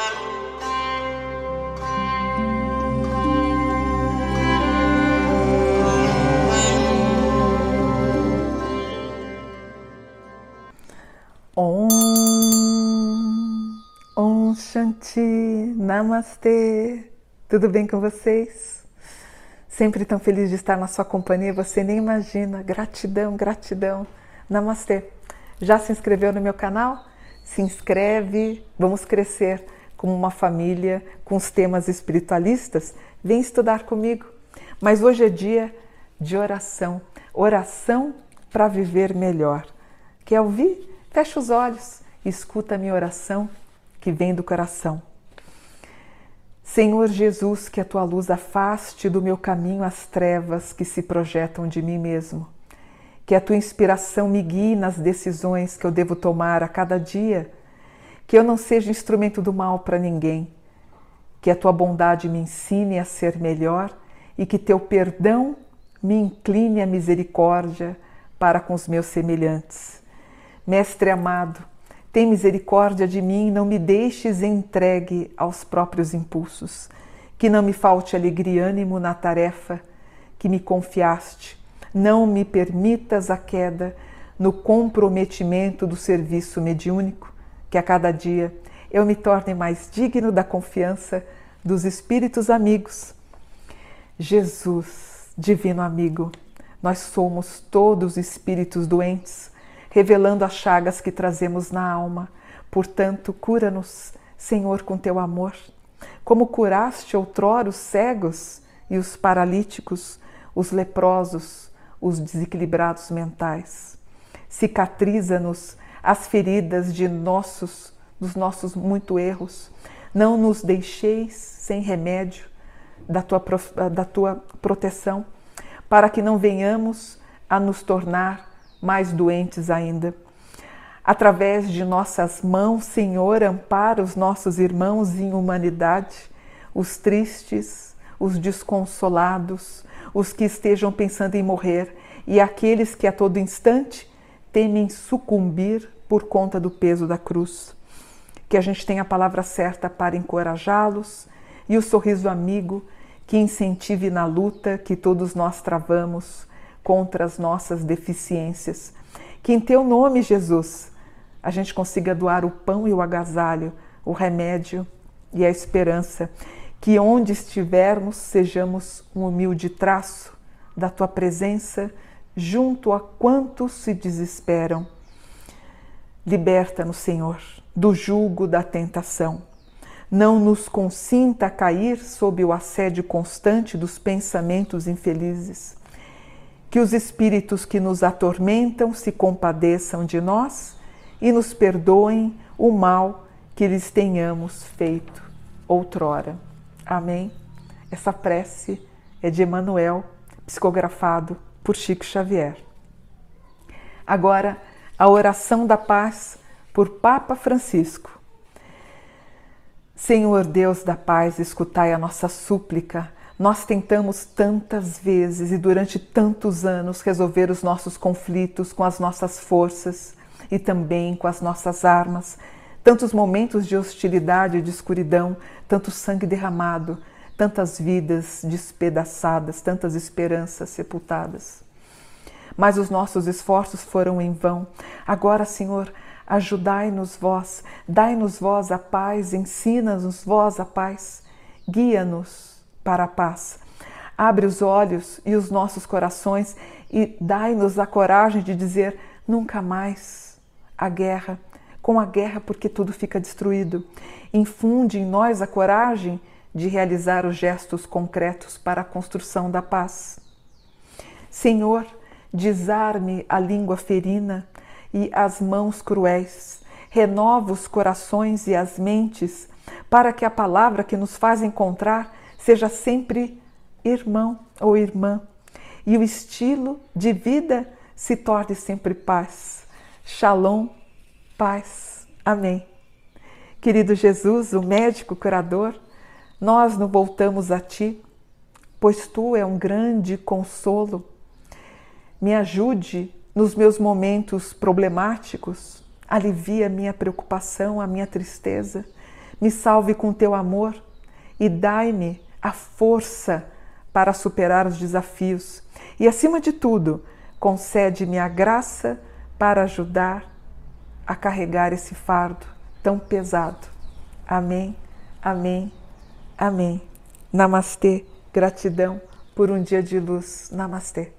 Om, Om Shanti, Namastê. Tudo bem com vocês? Sempre tão feliz de estar na sua companhia, você nem imagina. Gratidão, gratidão. Namastê. Já se inscreveu no meu canal? Se inscreve, vamos crescer como uma família com os temas espiritualistas. Vem estudar comigo. Mas hoje é dia de oração. Oração para viver melhor. Quer ouvir? Fecha os olhos e escuta a minha oração que vem do coração. Senhor Jesus, que a tua luz afaste do meu caminho as trevas que se projetam de mim mesmo. Que a tua inspiração me guie nas decisões que eu devo tomar a cada dia. Que eu não seja instrumento do mal para ninguém. Que a tua bondade me ensine a ser melhor e que teu perdão me incline à misericórdia para com os meus semelhantes. Mestre amado, tem misericórdia de mim e não me deixes entregue aos próprios impulsos. Que não me falte alegria e ânimo na tarefa que me confiaste. Não me permitas a queda no comprometimento do serviço mediúnico, que a cada dia eu me torne mais digno da confiança dos espíritos amigos. Jesus, divino amigo, nós somos todos espíritos doentes, revelando as chagas que trazemos na alma. Portanto, cura-nos, Senhor, com teu amor. Como curaste outrora os cegos e os paralíticos, os leprosos, os desequilibrados mentais. Cicatriza-nos as feridas dos nossos muitos erros. Não nos deixeis sem remédio da tua proteção, para que não venhamos a nos tornar mais doentes ainda. Através de nossas mãos, Senhor, ampara os nossos irmãos em humanidade, os tristes, os desconsolados, os que estejam pensando em morrer e aqueles que a todo instante temem sucumbir por conta do peso da cruz. Que a gente tenha a palavra certa para encorajá-los e o sorriso amigo que incentive na luta que todos nós travamos contra as nossas deficiências. Que em teu nome, Jesus, a gente consiga doar o pão e o agasalho, o remédio e a esperança. Que onde estivermos sejamos um humilde traço da tua presença junto a quantos se desesperam. Liberta-nos, Senhor, do jugo da tentação. Não nos consinta a cair sob o assédio constante dos pensamentos infelizes. Que os espíritos que nos atormentam se compadeçam de nós e nos perdoem o mal que lhes tenhamos feito outrora. Amém? Essa prece é de Emmanuel, psicografado por Chico Xavier. Agora, a oração da paz por Papa Francisco. Senhor Deus da paz, escutai a nossa súplica. Nós tentamos tantas vezes e durante tantos anos resolver os nossos conflitos com as nossas forças e também com as nossas armas. Tantos momentos de hostilidade e de escuridão, tanto sangue derramado, tantas vidas despedaçadas, tantas esperanças sepultadas. Mas os nossos esforços foram em vão. Agora, Senhor, ajudai-nos vós, dai-nos vós a paz, ensina-nos vós a paz, guia-nos para a paz. Abre os olhos e os nossos corações e dai-nos a coragem de dizer nunca mais a guerra, com a guerra porque tudo fica destruído. Infunde em nós a coragem de realizar os gestos concretos para a construção da paz. Senhor, desarme a língua ferina e as mãos cruéis. Renova os corações e as mentes para que a palavra que nos faz encontrar seja sempre irmão ou irmã e o estilo de vida se torne sempre paz. Shalom, paz. Amém. Querido Jesus, o médico curador, nós nos voltamos a Ti, pois Tu é um grande consolo. Me ajude nos meus momentos problemáticos, alivia a minha preocupação, a minha tristeza. me salve com teu amor e dai-me a força para superar os desafios. E, acima de tudo, concede-me a graça para ajudar a carregar esse fardo tão pesado. Amém, amém, amém. Namastê, gratidão por um dia de luz. Namastê.